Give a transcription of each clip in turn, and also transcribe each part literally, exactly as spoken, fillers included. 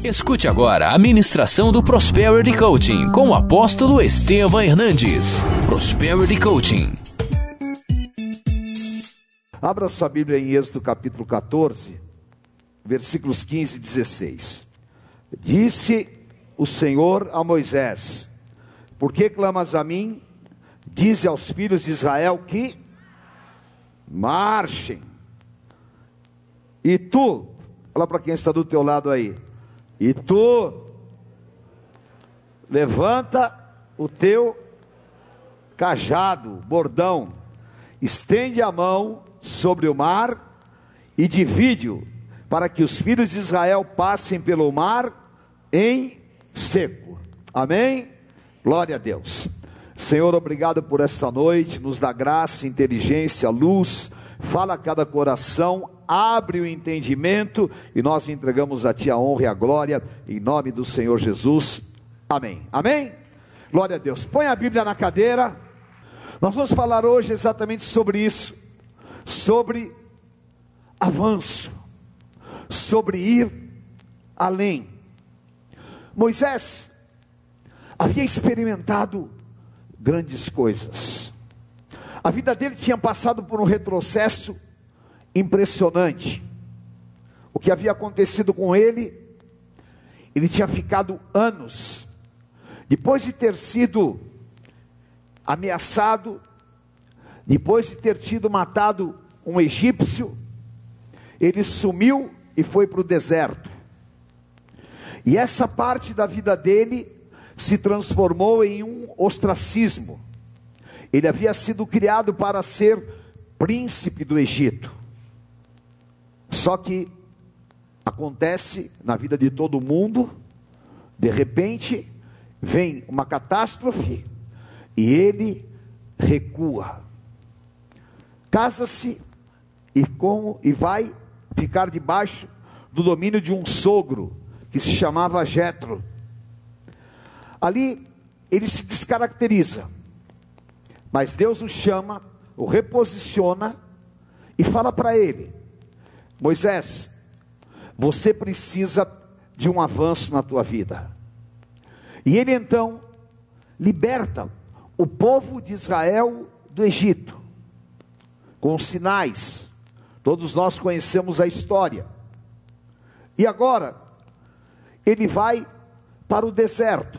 Escute agora a ministração do Prosperity Coaching com o apóstolo Estevam Hernandes. Prosperity Coaching. Abra sua Bíblia em Êxodo capítulo catorze, versículos quinze e dezesseis. Disse o Senhor a Moisés: por que clamas a mim? Dize aos filhos de Israel que marchem. E tu, fala para quem está do teu lado aí, e tu levanta o teu cajado, bordão, estende a mão sobre o mar e divide-o, para que os filhos de Israel passem pelo mar em seco. Amém? Glória a Deus. Senhor, obrigado por esta noite, nos dá graça, inteligência, luz, fala a cada coração, abre o entendimento, e nós entregamos a Ti a honra e a glória, em nome do Senhor Jesus, amém, amém? Glória a Deus. Põe a Bíblia na cadeira. Nós vamos falar hoje exatamente sobre isso, sobre avanço, sobre ir além. Moisés havia experimentado grandes coisas, a vida dele tinha passado por um retrocesso impressionante. O que havia acontecido com ele? Ele tinha ficado anos, depois de ter sido ameaçado, depois de ter tido matado um egípcio, ele sumiu e foi para o deserto. E essa parte da vida dele se transformou em um ostracismo. Ele havia sido criado para ser príncipe do Egito. Só que acontece na vida de todo mundo, de repente vem uma catástrofe e ele recua. Casa-se e, com, e vai ficar debaixo do domínio de um sogro que se chamava Jetro. Ali ele se descaracteriza, mas Deus o chama, o reposiciona e fala para ele: Moisés, você precisa de um avanço na tua vida. E ele então liberta o povo de Israel do Egito, com sinais. Todos nós conhecemos a história. E agora ele vai para o deserto.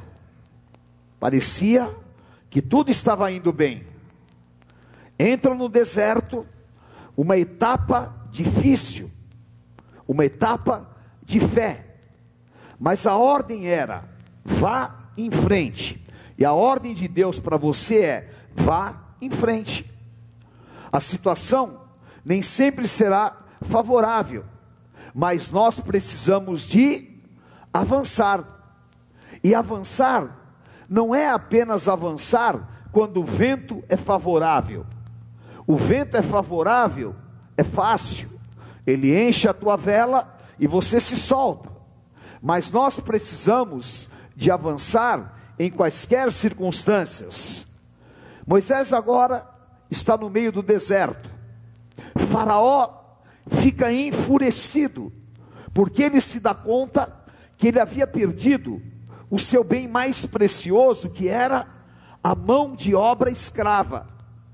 Parecia que tudo estava indo bem. Entra no deserto, uma etapa difícil, uma etapa de fé, mas a ordem era: vá em frente. E a ordem de Deus para você é: vá em frente. A situação nem sempre será favorável, mas nós precisamos de avançar. E avançar não é apenas avançar quando o vento é favorável. O vento é favorável, é fácil, ele enche a tua vela e você se solta. Mas nós precisamos de avançar em quaisquer circunstâncias. Moisés agora está no meio do deserto. Faraó fica enfurecido, porque ele se dá conta que ele havia perdido o seu bem mais precioso, que era a mão de obra escrava.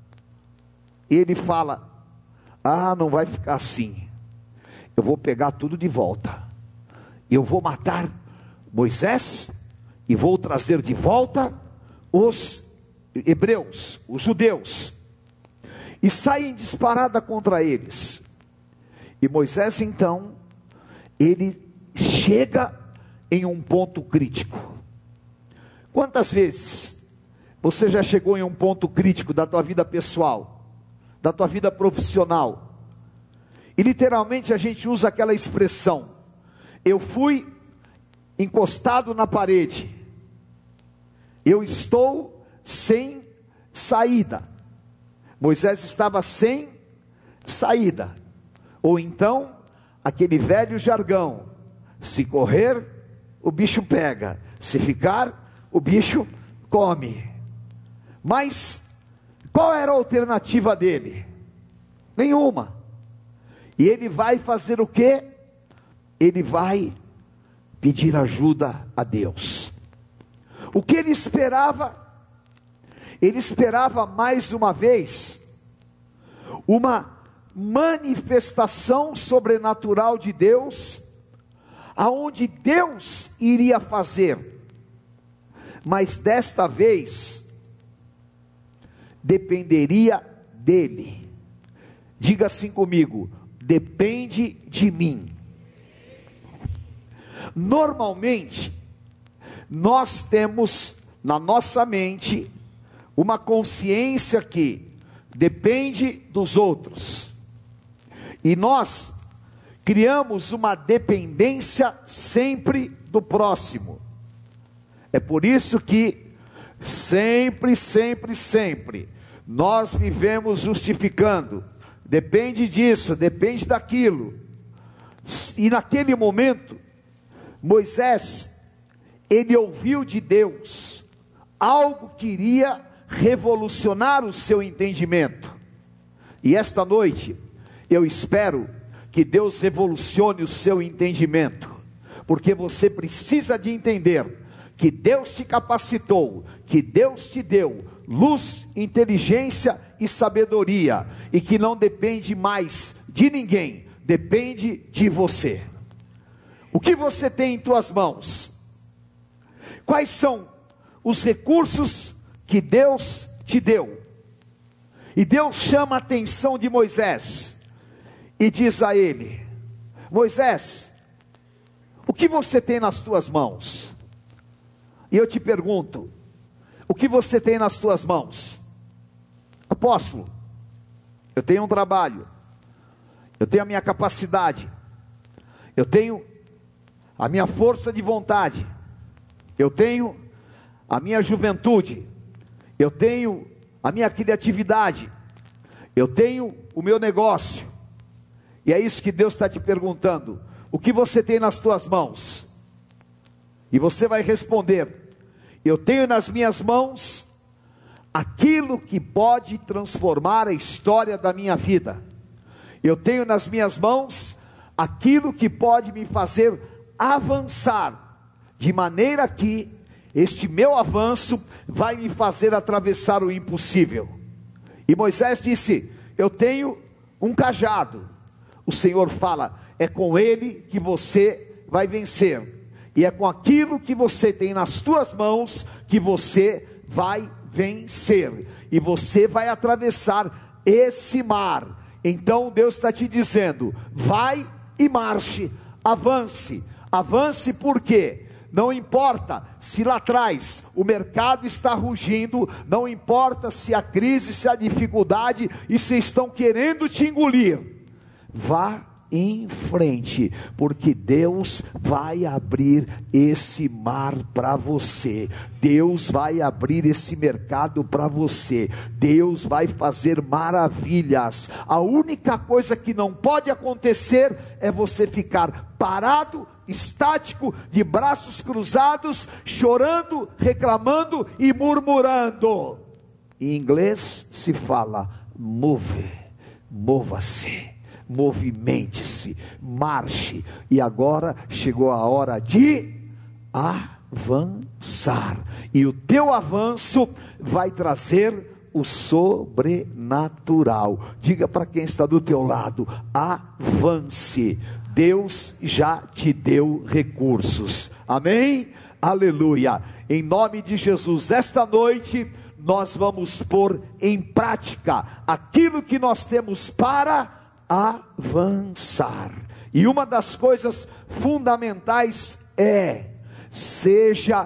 E ele fala: ah, não vai ficar assim, eu vou pegar tudo de volta, eu vou matar Moisés e vou trazer de volta os hebreus, os judeus, e sai em disparada contra eles. E Moisés então, ele chega em um ponto crítico. Quantas vezes você já chegou em um ponto crítico da tua vida pessoal, da tua vida profissional, e literalmente a gente usa aquela expressão: eu fui encostado na parede, eu estou sem saída. Moisés estava sem saída. Ou então, aquele velho jargão: se correr, o bicho pega, se ficar, o bicho come. Mas qual era a alternativa dele? Nenhuma. E ele vai fazer o quê? Ele vai pedir ajuda a Deus. O que ele esperava? Ele esperava mais uma vez uma manifestação sobrenatural de Deus, aonde Deus iria fazer, mas desta vez dependeria dele. Diga assim comigo: depende de mim. Normalmente nós temos na nossa mente uma consciência que depende dos outros, e nós criamos uma dependência sempre do próximo. É por isso que sempre, sempre, sempre nós vivemos justificando: depende disso, depende daquilo. E naquele momento, Moisés, ele ouviu de Deus algo que iria revolucionar o seu entendimento. E esta noite eu espero que Deus revolucione o seu entendimento, porque você precisa de entender que Deus te capacitou, que Deus te deu luz, inteligência e sabedoria, e que não depende mais de ninguém, depende de você. O que você tem em tuas mãos? Quais são os recursos que Deus te deu? E Deus chama a atenção de Moisés e diz a ele: Moisés, o que você tem nas tuas mãos? E eu te pergunto: o que você tem nas tuas mãos? Apóstolo, eu tenho um trabalho, eu tenho a minha capacidade, eu tenho a minha força de vontade, eu tenho a minha juventude, eu tenho a minha criatividade, eu tenho o meu negócio. E é isso que Deus está te perguntando: o que você tem nas tuas mãos? E você vai responder: eu tenho nas minhas mãos aquilo que pode transformar a história da minha vida. Eu tenho nas minhas mãos aquilo que pode me fazer avançar, de maneira que este meu avanço vai me fazer atravessar o impossível. E Moisés disse: eu tenho um cajado. O Senhor fala: é com ele que você vai vencer, e é com aquilo que você tem nas tuas mãos que você vai vencer, e você vai atravessar esse mar. Então Deus está te dizendo: vai e marche, avance, avance. Por quê? Não importa se lá atrás o mercado está rugindo, não importa se a crise, se a dificuldade, e se estão querendo te engolir, vá em frente, porque Deus vai abrir esse mar para você, Deus vai abrir esse mercado para você, Deus vai fazer maravilhas. A única coisa que não pode acontecer é você ficar parado, estático, de braços cruzados, chorando, reclamando e murmurando. Em inglês se fala move, mova-se, movimente-se, marche. E agora chegou a hora de avançar, e o teu avanço vai trazer o sobrenatural. Diga para quem está do teu lado: avance. Deus já te deu recursos. Amém? Aleluia. Em nome de Jesus, esta noite nós vamos pôr em prática aquilo que nós temos para avançar. E uma das coisas fundamentais é: seja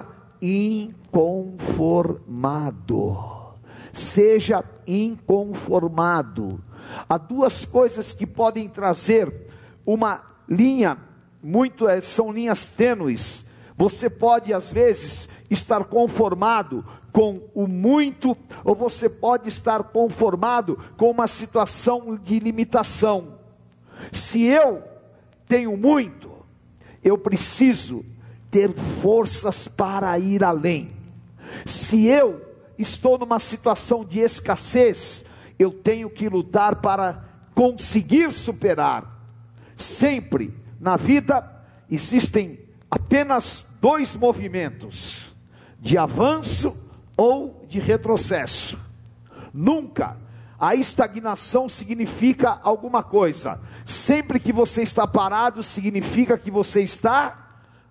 inconformado. Seja inconformado. Há duas coisas que podem trazer uma linha, muito são linhas tênues. Você pode às vezes estar conformado com o muito, ou você pode estar conformado com uma situação de limitação. Se eu tenho muito, eu preciso ter forças para ir além. Se eu estou numa situação de escassez, eu tenho que lutar para conseguir superar. Sempre na vida existem apenas dois movimentos: de avanço ou de retrocesso. Nunca a estagnação significa alguma coisa. Sempre que você está parado, significa que você está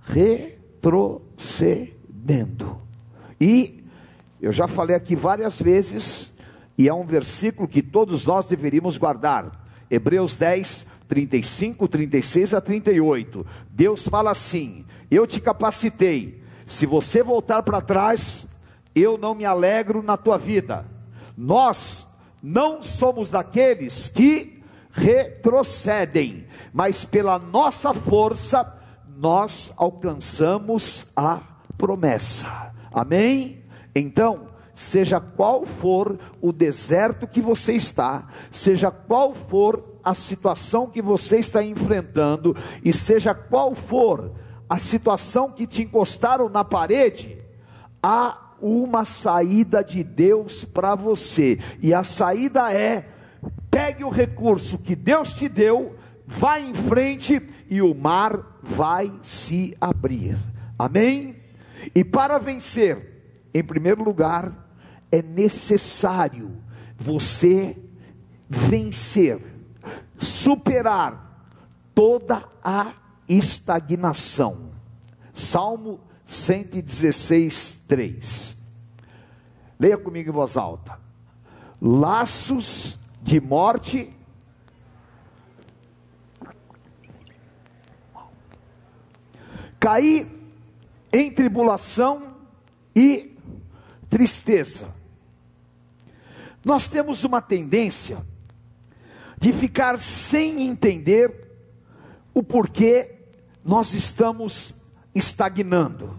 retrocedendo. E eu já falei aqui várias vezes, e é um versículo que todos nós deveríamos guardar. Hebreus dez, trinta e cinco, trinta e seis a trinta e oito. Deus fala assim: eu te capacitei. Se você voltar para trás, eu não me alegro na tua vida. Nós não somos daqueles que retrocedem, mas pela nossa força nós alcançamos a promessa. Amém? Então, seja qual for o deserto que você está, seja qual for a situação que você está enfrentando, e seja qual for a situação que te encostaram na parede, há uma saída de Deus para você. E a saída é: pegue o recurso que Deus te deu, vá em frente e o mar vai se abrir. Amém? E para vencer, em primeiro lugar, é necessário você vencer, superar toda a estagnação. Salmo cento e dezesseis, três. Leia comigo em voz alta. Laços de morte caí em tribulação e tristeza. Nós temos uma tendência de ficar sem entender o porquê nós estamos estagnando.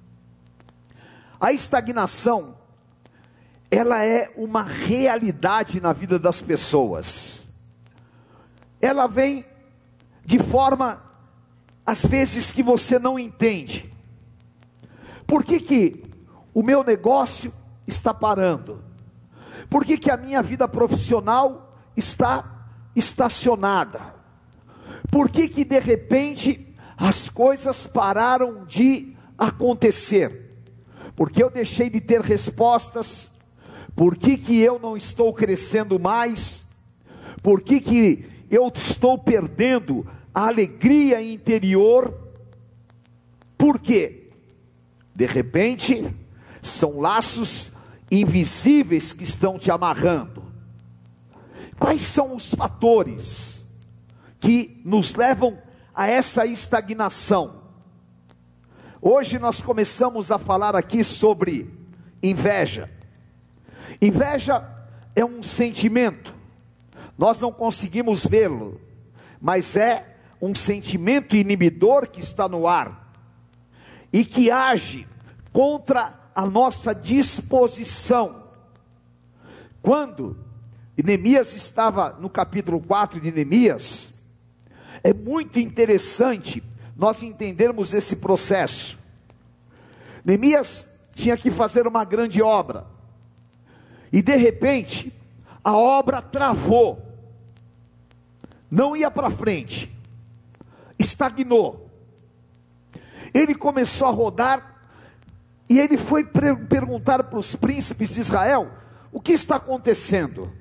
A estagnação, ela é uma realidade na vida das pessoas. Ela vem de forma, às vezes, que você não entende. Por que que o meu negócio está parando? Por que que a minha vida profissional está estacionada? Por que que de repente as coisas pararam de acontecer? Porque eu deixei de ter respostas? Por que que eu não estou crescendo mais? Por que que eu estou perdendo a alegria interior? Por quê? De repente, são laços invisíveis que estão te amarrando. Quais são os fatores que nos levam a essa estagnação? Hoje nós começamos a falar aqui sobre inveja. Inveja é um sentimento, nós não conseguimos vê-lo, mas é um sentimento inibidor que está no ar, e que age contra a nossa disposição. Quando Neemias estava no capítulo quatro de Neemias, é muito interessante nós entendermos esse processo. Neemias tinha que fazer uma grande obra, e de repente a obra travou, não ia para frente, estagnou. Ele começou a rodar, e ele foi perguntar para os príncipes de Israel: o que está acontecendo?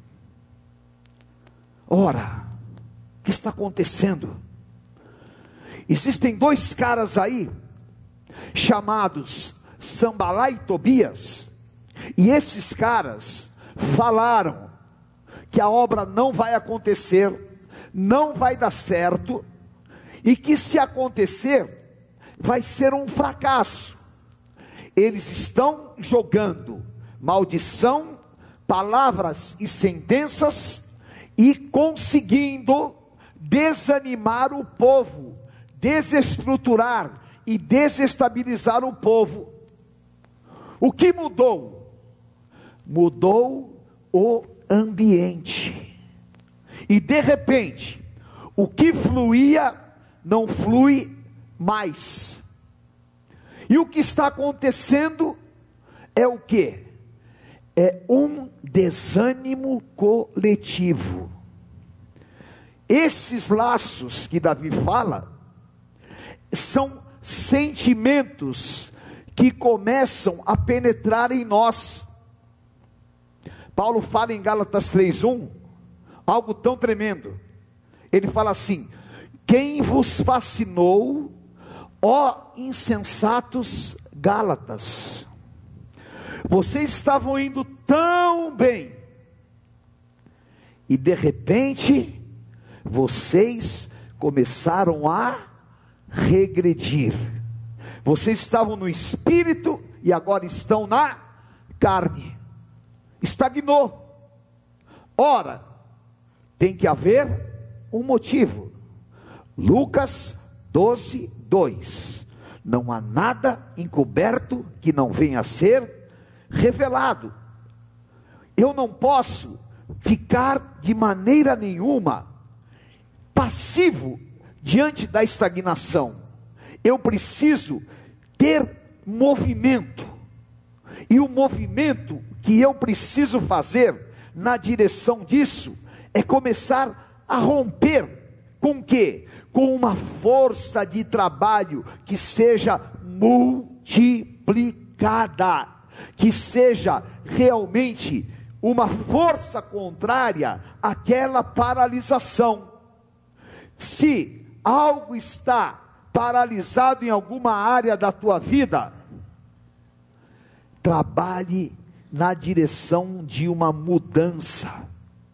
Ora, o que está acontecendo? Existem dois caras aí, chamados Sambalá e Tobias, e esses caras falaram que a obra não vai acontecer, não vai dar certo, e que se acontecer, vai ser um fracasso. Eles estão jogando maldição, palavras e sentenças, e conseguindo desanimar o povo, desestruturar e desestabilizar o povo. O que mudou? Mudou o ambiente, e de repente, o que fluía, não flui mais. E o que está acontecendo é o quê? É um desânimo coletivo. Esses laços que Davi fala, são sentimentos que começam a penetrar em nós. Paulo fala em Gálatas três um, algo tão tremendo. Ele fala assim: quem vos fascinou, ó insensatos Gálatas? Vocês estavam indo tão bem, e de repente, vocês começaram a regredir. Vocês estavam no espírito e agora estão na carne. Estagnou. Ora, tem que haver um motivo. Lucas doze, dois. Não há nada encoberto que não venha a ser revelado. Eu não posso ficar de maneira nenhuma passivo diante da estagnação. Eu preciso ter movimento. E o movimento que eu preciso fazer na direção disso é começar a romper com o quê? Com uma força de trabalho que seja multiplicada, que seja realmente uma força contrária àquela paralisação. Se algo está paralisado em alguma área da tua vida, trabalhe na direção de uma mudança.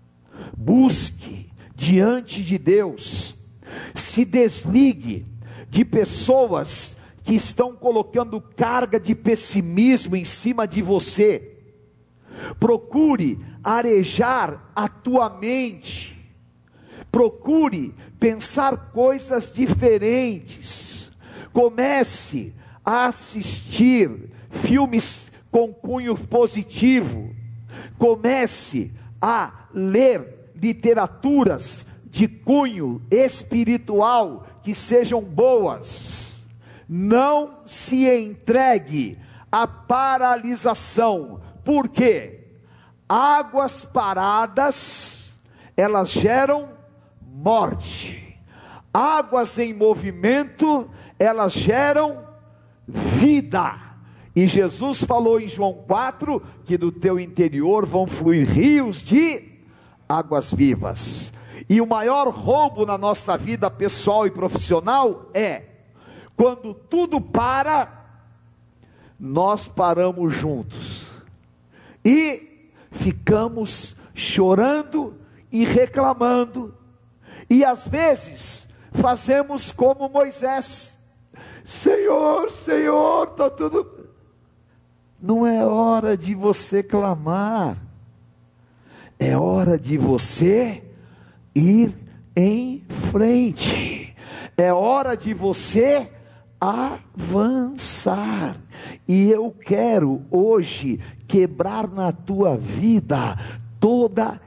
Busque diante de Deus. Se desligue de pessoas que estão colocando carga de pessimismo em cima de você. Procure arejar a tua mente. Procure pensar coisas diferentes. Comece a assistir filmes com cunho positivo. Comece a ler literaturas de cunho espiritual que sejam boas. Não se entregue à paralisação. Por quê? Águas paradas, elas geram morte. Águas em movimento, elas geram vida. E Jesus falou em João quatro, que do teu interior vão fluir rios de águas vivas. E o maior roubo na nossa vida pessoal e profissional é quando tudo para, nós paramos juntos e ficamos chorando e reclamando. E às vezes fazemos como Moisés: Senhor, Senhor, está tudo... Não é hora de você clamar, é hora de você ir em frente, é hora de você avançar. E eu quero hoje quebrar na tua vida toda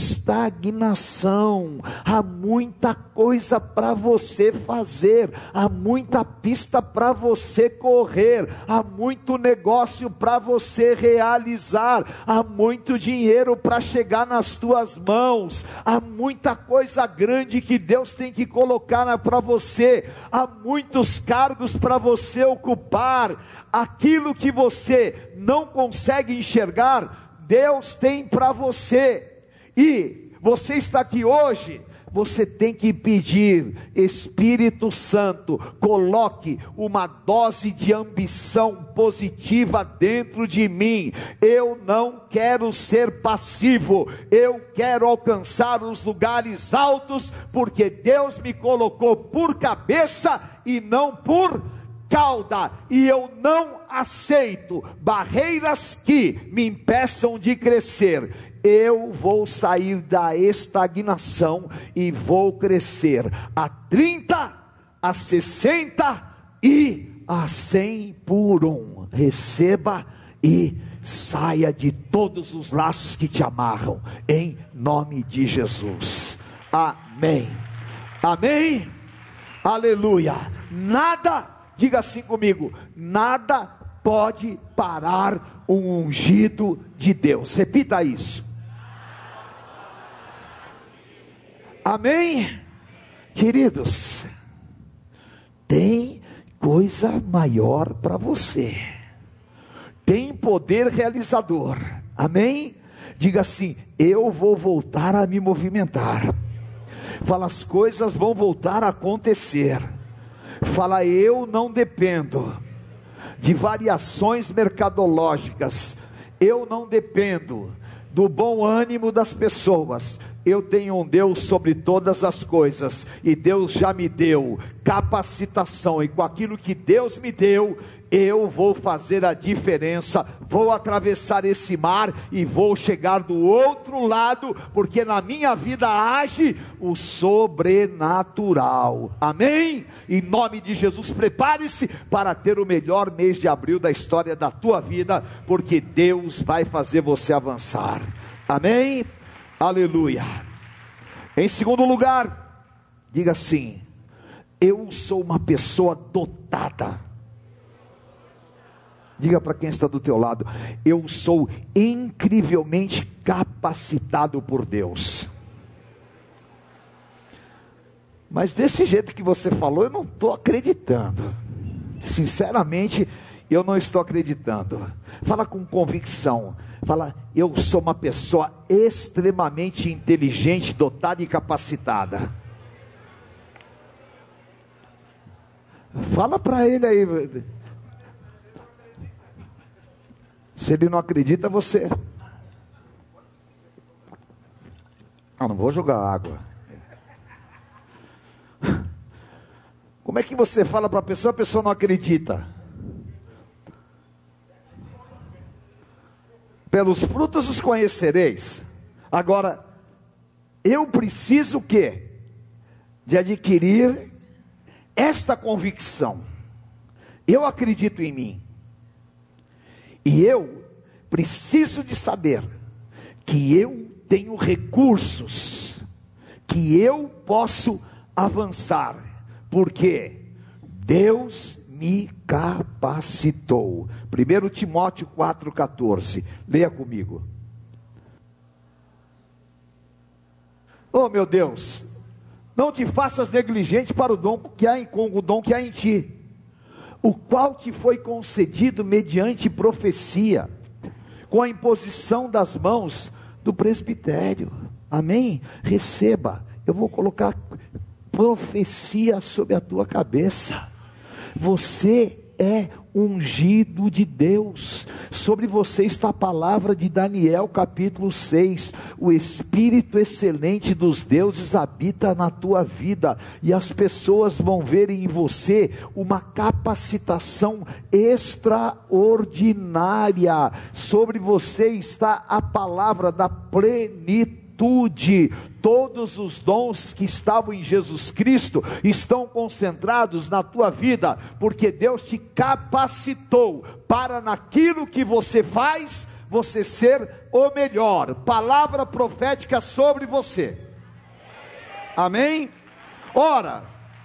estagnação. Há muita coisa para você fazer, há muita pista para você correr, há muito negócio para você realizar, há muito dinheiro para chegar nas tuas mãos, há muita coisa grande que Deus tem que colocar para você, há muitos cargos para você ocupar. Aquilo que você não consegue enxergar, Deus tem para você. E você está aqui hoje, você tem que pedir: Espírito Santo, coloque uma dose de ambição positiva dentro de mim. Eu não quero ser passivo, eu quero alcançar os lugares altos, porque Deus me colocou por cabeça e não por cauda, e eu não aceito barreiras que me impeçam de crescer. Eu vou sair da estagnação e vou crescer a trinta, a sessenta e a cem por um. Receba e saia de todos os laços que te amarram, em nome de Jesus. Amém. Amém. Aleluia. Nada, diga assim comigo, nada pode parar um ungido de Deus. Repita isso. Amém? Queridos, tem coisa maior para você. Tem poder realizador. Amém? Diga assim: eu vou voltar a me movimentar. Fala, as coisas vão voltar a acontecer. Fala, eu não dependo de variações mercadológicas. Eu não dependo do bom ânimo das pessoas. Eu tenho um Deus sobre todas as coisas, e Deus já me deu capacitação, e com aquilo que Deus me deu, eu vou fazer a diferença, vou atravessar esse mar, e vou chegar do outro lado, porque na minha vida age o sobrenatural. Amém? Em nome de Jesus, prepare-se para ter o melhor mês de abril da história da tua vida, porque Deus vai fazer você avançar. Amém? Aleluia. Em segundo lugar, diga assim: eu sou uma pessoa dotada. Diga para quem está do teu lado: eu sou incrivelmente capacitado por Deus. Mas desse jeito que você falou, eu não estou acreditando. Sinceramente, eu não estou acreditando. Fala com convicção. Fala: eu sou uma pessoa extremamente inteligente, dotada e capacitada. Fala para ele aí. Se ele não acredita, você... Ah, não vou jogar água. Como é que você fala para a pessoa, a pessoa não acredita? Pelos frutos os conhecereis. Agora, eu preciso o quê? De adquirir esta convicção. Eu acredito em mim. E eu preciso de saber que eu tenho recursos, que eu posso avançar, porque Deus me capacitou. primeiro Timóteo quatro, catorze. Leia comigo. Oh meu Deus, não te faças negligente para o dom que há em, com o dom que há em ti, o qual te foi concedido mediante profecia, com a imposição das mãos do presbitério. Amém? Receba. Eu vou colocar profecia sobre a tua cabeça. Você é ungido de Deus. Sobre você está a palavra de Daniel capítulo seis. O Espírito excelente dos deuses habita na tua vida, e as pessoas vão ver em você uma capacitação extraordinária. Sobre você está a palavra da plenitude. Todos os dons que estavam em Jesus Cristo estão concentrados na tua vida, porque Deus te capacitou para naquilo que você faz, você ser o melhor. Palavra profética sobre você. Amém? Ora,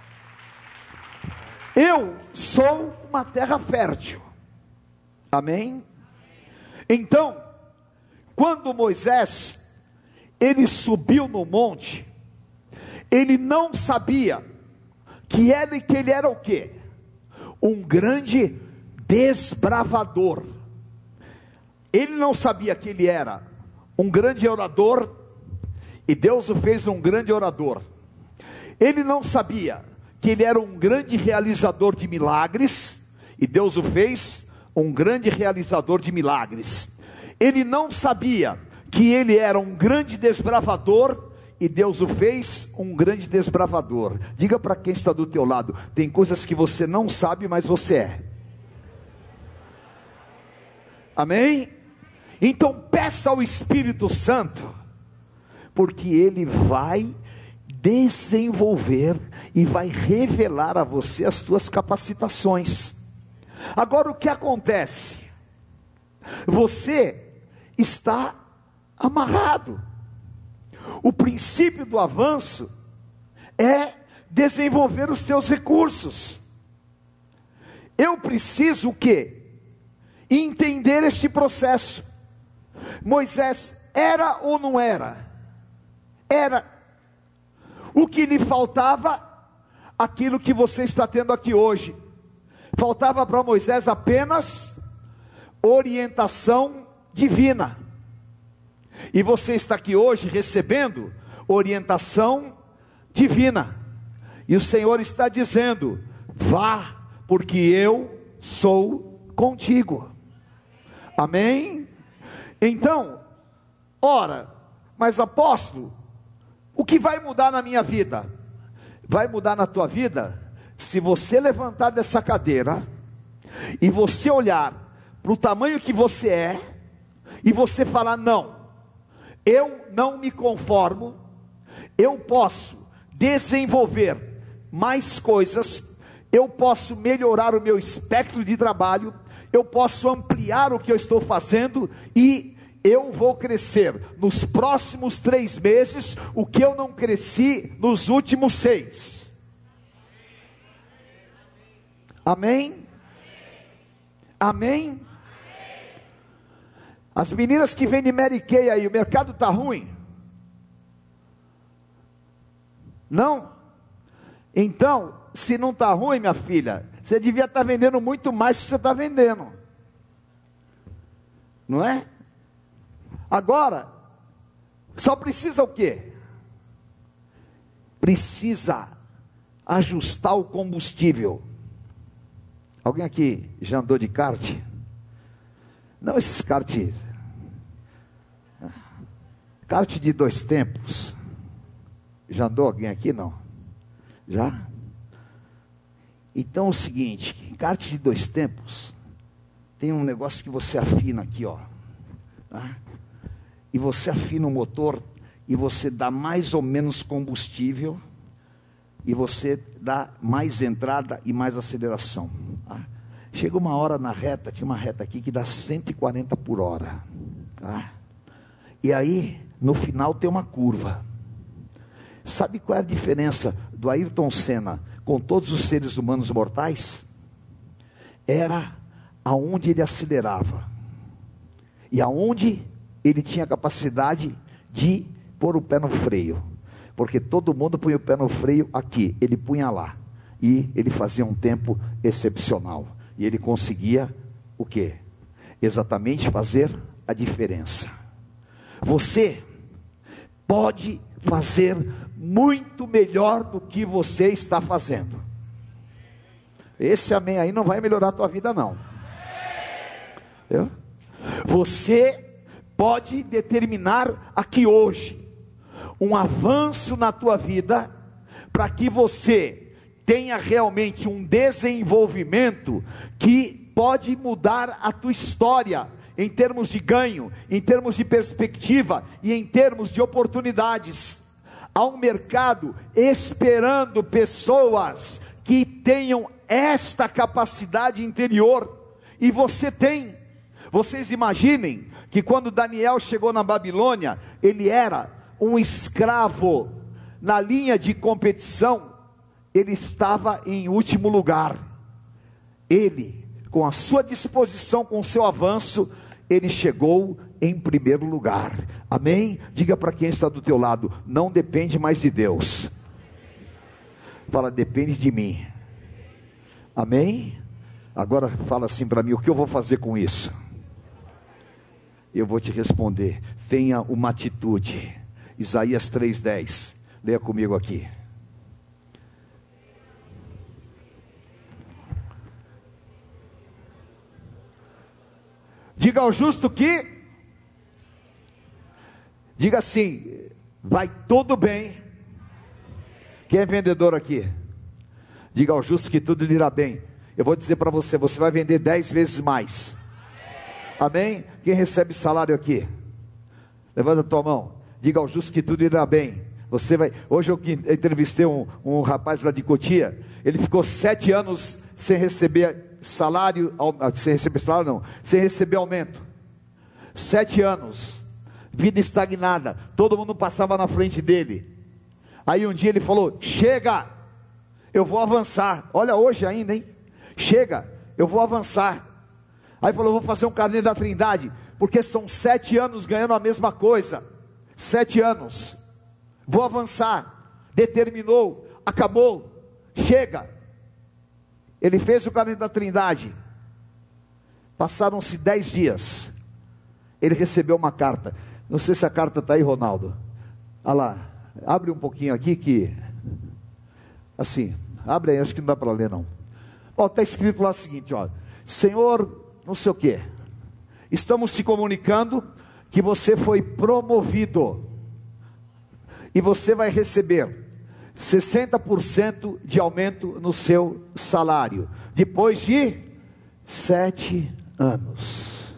eu sou uma terra fértil. Amém? Então, quando Moisés ele subiu no monte, ele não sabia que ele, que ele era o quê? Um grande desbravador. Ele não sabia que ele era um grande orador, e Deus o fez um grande orador. Ele não sabia que ele era um grande realizador de milagres, e Deus o fez um grande realizador de milagres. Ele não sabia que ele era um grande desbravador, e Deus o fez um grande desbravador. Diga para quem está do teu lado: tem coisas que você não sabe, mas você é. Amém? Então peça ao Espírito Santo, porque Ele vai desenvolver e vai revelar a você as tuas capacitações. Agora, o que acontece? Você está amarrado. O princípio do avanço é desenvolver os teus recursos. Eu preciso o quê? Entender este processo. Moisés era ou não era? Era. O que lhe faltava? Aquilo que você está tendo aqui hoje. Faltava para Moisés apenas orientação divina. E você está aqui hoje recebendo orientação divina. E o Senhor está dizendo: vá, porque eu sou contigo. Amém? Então, ora, mas apóstolo, o que vai mudar na minha vida? Vai mudar na tua vida se você levantar dessa cadeira e você olhar para o tamanho que você é e você falar: não, eu não me conformo, eu posso desenvolver mais coisas, eu posso melhorar o meu espectro de trabalho, eu posso ampliar o que eu estou fazendo e eu vou crescer nos próximos três meses o que eu não cresci nos últimos seis. Amém? Amém? As meninas que vendem Mary Kay aí, o mercado está ruim? Não? Então, se não está ruim, minha filha, você devia estar vendendo muito mais do que você está vendendo. Não é? Agora, só precisa o quê? Precisa ajustar o combustível. Alguém aqui já andou de kart? Não esses kart, kart de dois tempos. Já andou alguém aqui? Não? Já? Então é o seguinte, em kart de dois tempos, tem um negócio que você afina aqui, ó. Tá? E você afina o motor, e você dá mais ou menos combustível, e você dá mais entrada e mais aceleração. Tá? Chega uma hora na reta, tinha uma reta aqui que dá cento e quarenta por hora. Tá? E aí, no final tem uma curva. Sabe qual é a diferença do Ayrton Senna com todos os seres humanos mortais? Era aonde ele acelerava. E aonde ele tinha capacidade de pôr o pé no freio. Porque todo mundo punha o pé no freio aqui, ele punha lá. E ele fazia um tempo excepcional. E ele conseguia o quê? Exatamente fazer a diferença. Você pode fazer muito melhor do que você está fazendo. Esse amém aí não vai melhorar a tua vida não. Entendeu? Você pode determinar aqui hoje um avanço na tua vida, para que você tenha realmente um desenvolvimento que pode mudar a tua história, em termos de ganho, em termos de perspectiva e em termos de oportunidades. Há um mercado esperando pessoas que tenham esta capacidade interior, e você tem. Vocês imaginem que quando Daniel chegou na Babilônia, ele era um escravo, na linha de competição, ele estava em último lugar. Ele, com a sua disposição, com o seu avanço, ele chegou em primeiro lugar. Amém? Diga para quem está do teu lado: não depende mais de Deus. Fala: depende de mim. Amém? Agora fala assim para mim: o que eu vou fazer com isso? Eu vou te responder: tenha uma atitude. Isaías três dez, leia comigo aqui. Diga ao justo que, diga assim: vai tudo bem. Quem é vendedor aqui? Diga ao justo que tudo lhe irá bem. Eu vou dizer para você: você vai vender dez vezes mais. Amém? Quem recebe salário aqui? Levanta a tua mão. Diga ao justo que tudo irá bem. Você vai. Hoje eu entrevistei um, um rapaz lá de Cotia. Ele ficou sete anos sem receber salário, sem receber salário não, sem receber aumento. Sete anos, vida estagnada. Todo mundo passava na frente dele. Aí um dia ele falou: chega, eu vou avançar. Olha, hoje ainda, hein? Chega, eu vou avançar. Aí falou: vou fazer um carnê da Trindade, porque são sete anos ganhando a mesma coisa. Sete anos, vou avançar. Determinou, acabou, chega. Ele fez o calendário da Trindade. Passaram-se dez dias. Ele recebeu uma carta. Não sei se a carta está aí, Ronaldo. Olha lá, abre um pouquinho aqui que... Assim, abre aí, acho que não dá para ler não. Ó, está escrito lá o seguinte, ó. Senhor, não sei o que. Estamos se comunicando que você foi promovido. E você vai receber sessenta por cento de aumento no seu salário. Depois de sete anos.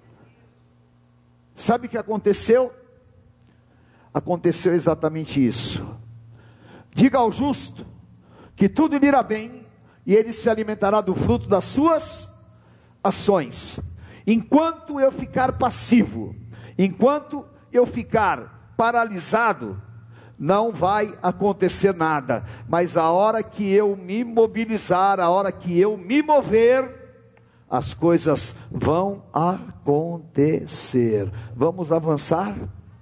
Sabe o que aconteceu? Aconteceu exatamente isso. Diga ao justo que tudo lhe irá bem, e ele se alimentará do fruto das suas ações. Enquanto eu ficar passivo, enquanto eu ficar paralisado, não vai acontecer nada. Mas a hora que eu me mobilizar, a hora que eu me mover, as coisas vão acontecer. Vamos avançar?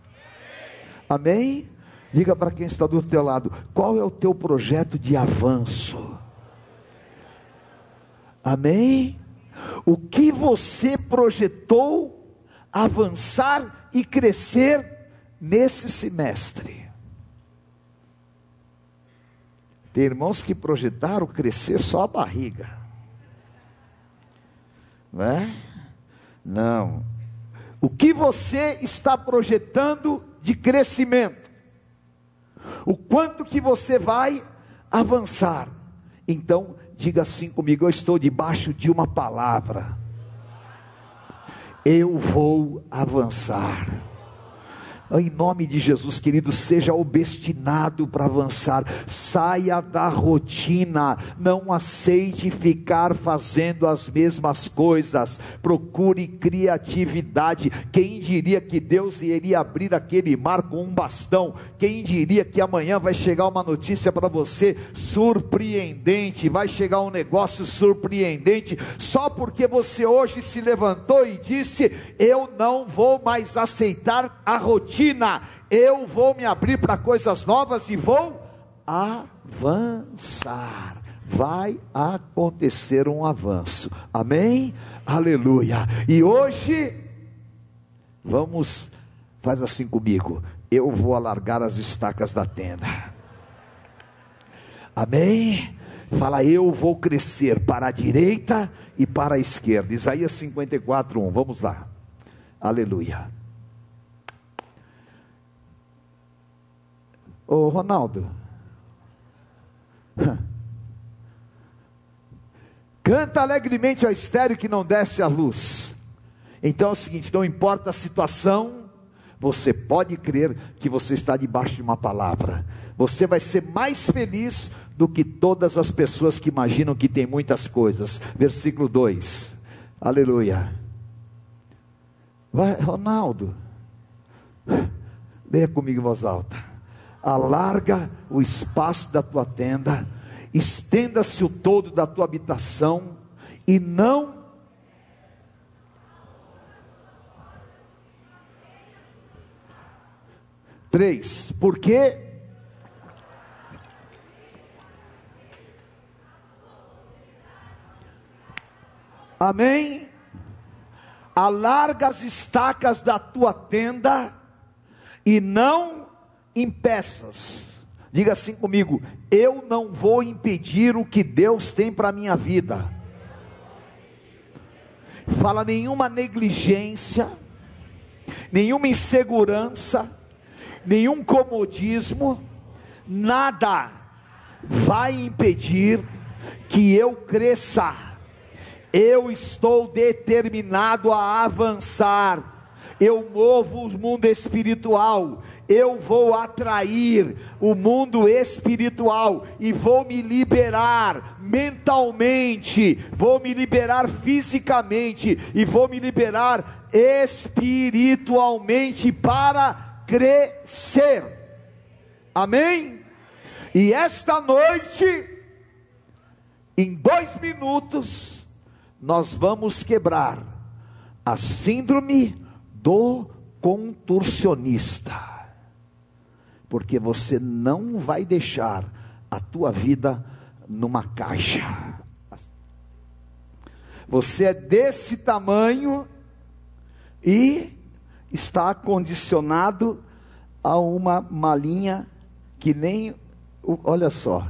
Amém? Diga para quem está do teu lado, qual é o teu projeto de avanço? Amém? O que você projetou avançar e crescer nesse semestre? Tem irmãos que projetaram crescer só a barriga, não é? Não. O que você está projetando de crescimento? O quanto que você vai avançar? Então, diga assim comigo: eu estou debaixo de uma palavra. Eu vou avançar. Em nome de Jesus, querido, seja obstinado para avançar. Saia da rotina. Não aceite ficar fazendo as mesmas coisas. Procure criatividade. Quem diria que Deus iria abrir aquele mar com um bastão? Quem diria que amanhã vai chegar uma notícia para você surpreendente? Vai chegar um negócio surpreendente, só porque você hoje se levantou e disse: eu não vou mais aceitar a rotina. Eu vou me abrir para coisas novas e vou avançar. Vai acontecer um avanço. Amém? Aleluia. E hoje, vamos, faz assim comigo: eu vou alargar as estacas da tenda. Amém? Fala: eu vou crescer para a direita e para a esquerda. Isaías cinquenta e quatro, um. Vamos lá. Aleluia. Ô Ronaldo, canta alegremente ao estéril que não desce a luz. Então é o seguinte: não importa a situação, você pode crer que você está debaixo de uma palavra. Você vai ser mais feliz do que todas as pessoas que imaginam que tem muitas coisas. Versículo dois, aleluia. Vai, Ronaldo, leia comigo em voz alta. Alarga o espaço da tua tenda, estenda-se o todo da tua habitação, e não três, porque amém? Alarga as estacas da tua tenda e não impeças. Diga assim comigo: eu não vou impedir o que Deus tem para a minha vida. Fala: nenhuma negligência, nenhuma insegurança, nenhum comodismo, nada vai impedir que eu cresça. Eu estou determinado a avançar. Eu movo o mundo espiritual. Eu vou atrair o mundo espiritual e vou me liberar mentalmente, vou me liberar fisicamente e vou me liberar espiritualmente para crescer. Amém? E esta noite, em dois minutos, nós vamos quebrar a síndrome do contorcionista. Porque você não vai deixar a tua vida numa caixa. Você é desse tamanho e está condicionado a uma malinha que nem, olha só,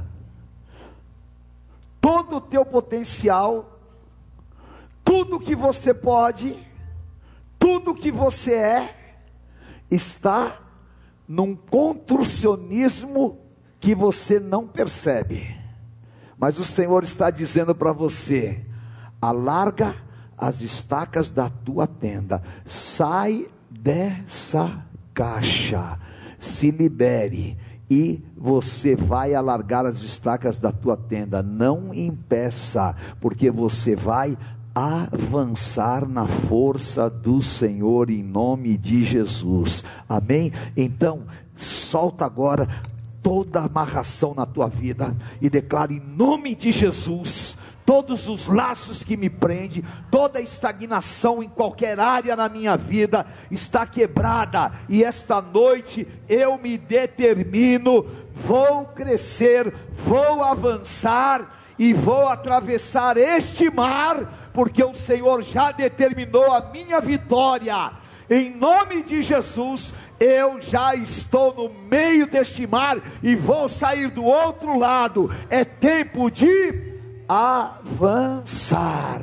todo o teu potencial, tudo que você pode, tudo que você é, está num construcionismo que você não percebe. Mas o Senhor está dizendo para você: alarga as estacas da tua tenda, sai dessa caixa, se libere, e você vai alargar as estacas da tua tenda. Não impeça, porque você vai avançar na força do Senhor, em nome de Jesus, amém? Então, solta agora toda amarração na tua vida, e declara em nome de Jesus, todos os laços que me prendem, toda estagnação em qualquer área na minha vida, está quebrada, e esta noite eu me determino, vou crescer, vou avançar, e vou atravessar este mar, porque o Senhor já determinou a minha vitória. Em nome de Jesus, eu já estou no meio deste mar, e vou sair do outro lado. É tempo de avançar,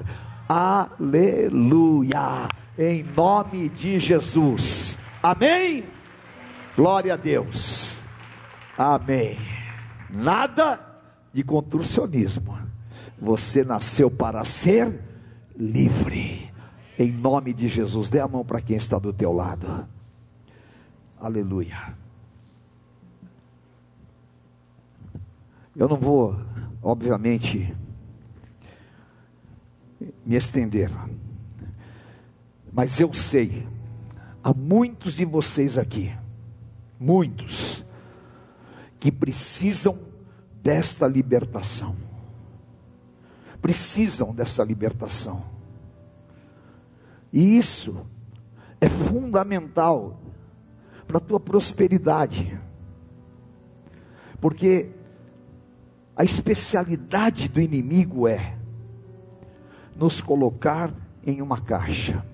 aleluia, em nome de Jesus, amém? Glória a Deus, amém. Nada de contorcionismo, você nasceu para ser livre, em nome de Jesus. Dê a mão para quem está do teu lado, aleluia. Eu não vou, obviamente, me estender, mas eu sei, há muitos de vocês aqui, muitos, que precisam desta libertação, precisam dessa libertação, e isso é fundamental para a tua prosperidade, porque a especialidade do inimigo é nos colocar em uma caixa,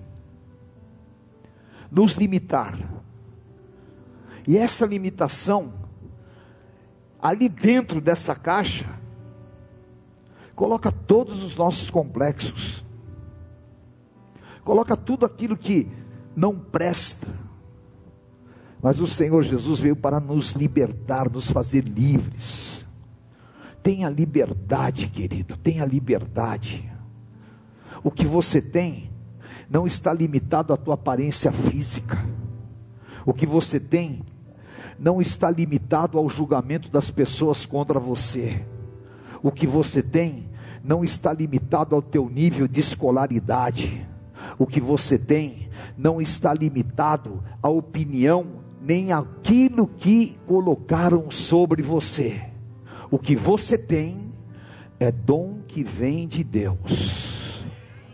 nos limitar, e essa limitação, ali dentro dessa caixa, coloca todos os nossos complexos, coloca tudo aquilo que não presta, mas o Senhor Jesus veio para nos libertar, nos fazer livres. Tenha liberdade, querido, tenha liberdade. O que você tem não está limitado à tua aparência física. O que você tem não está limitado ao julgamento das pessoas contra você. O que você tem não está limitado ao teu nível de escolaridade. O que você tem não está limitado à opinião, nem àquilo que colocaram sobre você. O que você tem é dom que vem de Deus,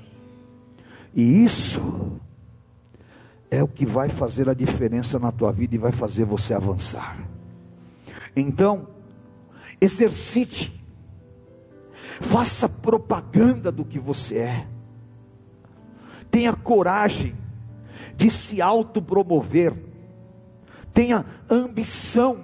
e isso é o que vai fazer a diferença na tua vida e vai fazer você avançar. Então, exercite, faça propaganda do que você é, tenha coragem de se autopromover, tenha ambição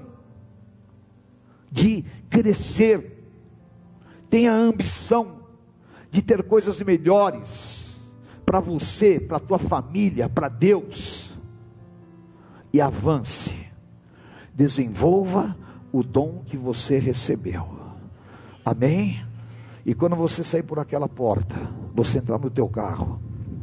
de crescer, tenha ambição de ter coisas melhores para você, para a tua família, para Deus, e avance, desenvolva o dom que você recebeu, amém? E quando você sair por aquela porta, você entrar no teu carro,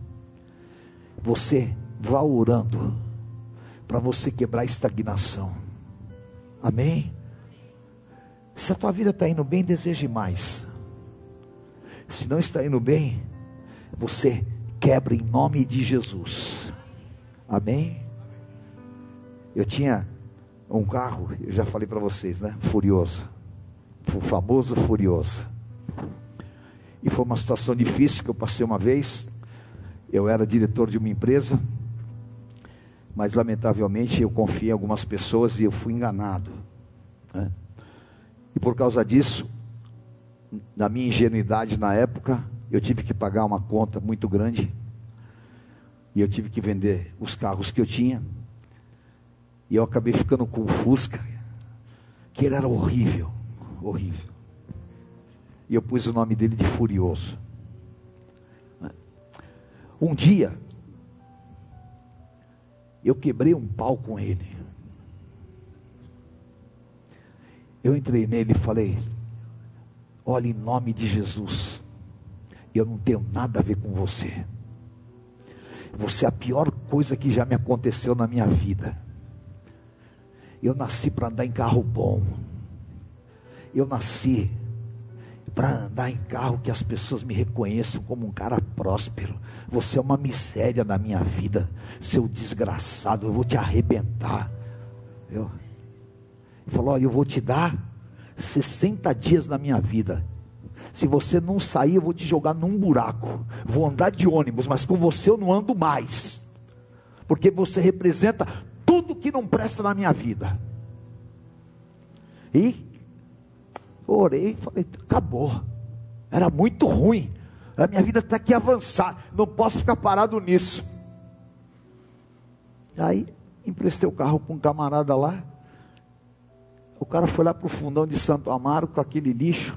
você vá orando, para você quebrar a estagnação, amém? Se a tua vida está indo bem, deseje mais. Se não está indo bem, você quebra em nome de Jesus, amém? Eu tinha um carro, eu já falei para vocês, né? Furioso, o famoso Furioso, e foi uma situação difícil que eu passei uma vez. Eu era diretor de uma empresa, mas lamentavelmente eu confiei em algumas pessoas e eu fui enganado, né? E por causa disso, na minha ingenuidade na época, eu tive que pagar uma conta muito grande, e eu tive que vender os carros que eu tinha, e eu acabei ficando com o Fusca, que ele era horrível, horrível, e eu pus o nome dele de Furioso. Um dia, eu quebrei um pau com ele, eu entrei nele e falei: olha, em nome de Jesus, eu não tenho nada a ver com você, você é a pior coisa que já me aconteceu na minha vida. Eu nasci para andar em carro bom, eu nasci para andar em carro que as pessoas me reconheçam como um cara próspero. Você é uma miséria na minha vida, seu desgraçado, eu vou te arrebentar. Eu, ele falou: olha, eu vou te dar sessenta dias na minha vida, se você não sair eu vou te jogar num buraco, vou andar de ônibus, mas com você eu não ando mais, porque você representa tudo que não presta na minha vida. E orei e falei: acabou, era muito ruim, a minha vida tem que avançar, não posso ficar parado nisso. Aí emprestei o carro para um camarada lá, o cara foi lá para o fundão de Santo Amaro com aquele lixo,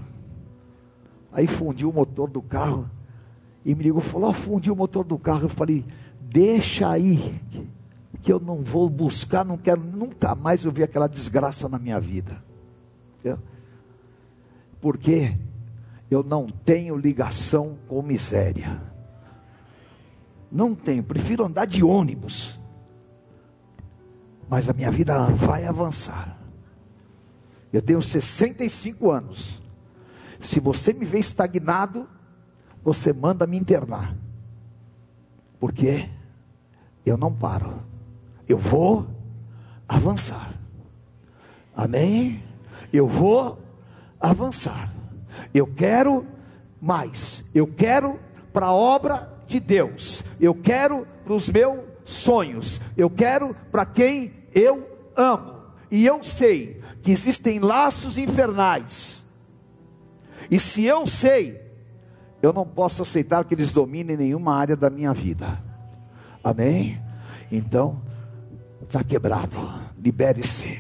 aí fundiu o motor do carro, e me ligou e falou: ó, fundiu o motor do carro. Eu falei: deixa aí, que eu não vou buscar, não quero nunca mais ouvir aquela desgraça na minha vida. Entendeu? Porque eu não tenho ligação com miséria, não tenho, prefiro andar de ônibus, mas a minha vida vai avançar. Eu tenho sessenta e cinco anos, se você me vê estagnado, você manda me internar, porque eu não paro, eu vou avançar. Amém? Eu vou avançar. Eu quero mais. Eu quero para a obra de Deus. Eu quero para os meus sonhos. Eu quero para quem eu amo. E eu sei que existem laços infernais. E se eu sei, eu não posso aceitar que eles dominem nenhuma área da minha vida. Amém? Então, está quebrado. Libere-se.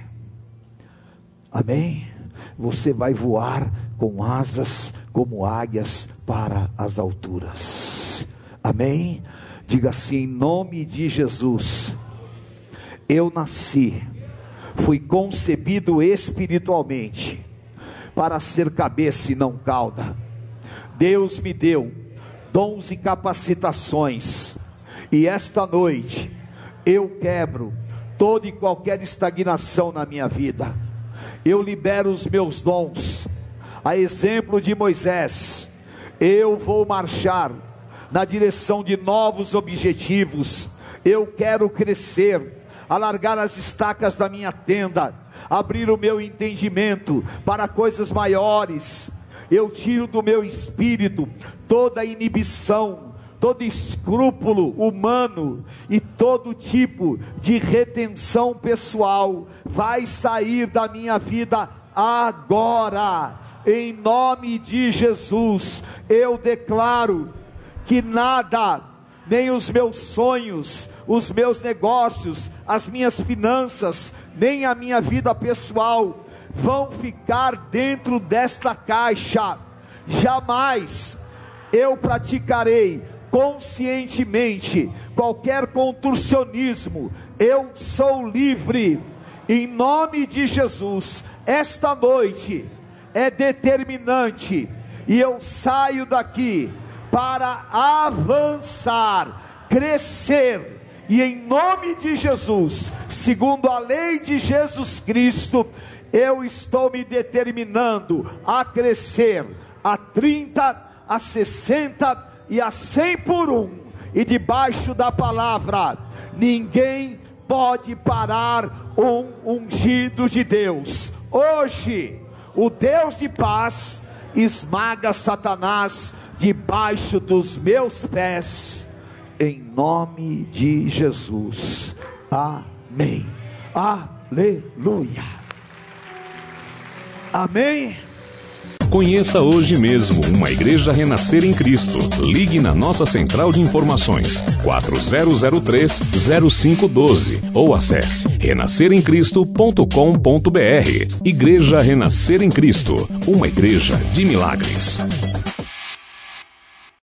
Amém? Você vai voar com asas como águias para as alturas. Amém? Diga assim: em nome de Jesus, eu nasci, fui concebido espiritualmente para ser cabeça e não cauda. Deus me deu dons e capacitações, e esta noite eu quebro toda e qualquer estagnação na minha vida. Eu libero os meus dons, a exemplo de Moisés. Eu vou marchar na direção de novos objetivos. Eu quero crescer, alargar as estacas da minha tenda, abrir o meu entendimento para coisas maiores. Eu tiro do meu espírito toda inibição, todo escrúpulo humano e todo tipo de retenção pessoal. Vai sair da minha vida agora, em nome de Jesus. Eu declaro que nada, nem os meus sonhos, os meus negócios, as minhas finanças, nem a minha vida pessoal vão ficar dentro desta caixa. Jamais eu praticarei conscientemente qualquer contorcionismo. Eu sou livre em nome de Jesus. Esta noite é determinante, e eu saio daqui para avançar, crescer, e em nome de Jesus, segundo a lei de Jesus Cristo, eu estou me determinando a crescer a trinta, a sessenta e a cem por um, e debaixo da palavra, ninguém pode parar um ungido de Deus. Hoje, o Deus de paz esmaga Satanás debaixo dos meus pés, em nome de Jesus. Amém. Aleluia. Amém. Conheça hoje mesmo uma Igreja Renascer em Cristo. Ligue na nossa central de informações quatro zero zero três, zero cinco um dois ou acesse renascer em cristo ponto com ponto br. Igreja Renascer em Cristo, uma igreja de milagres.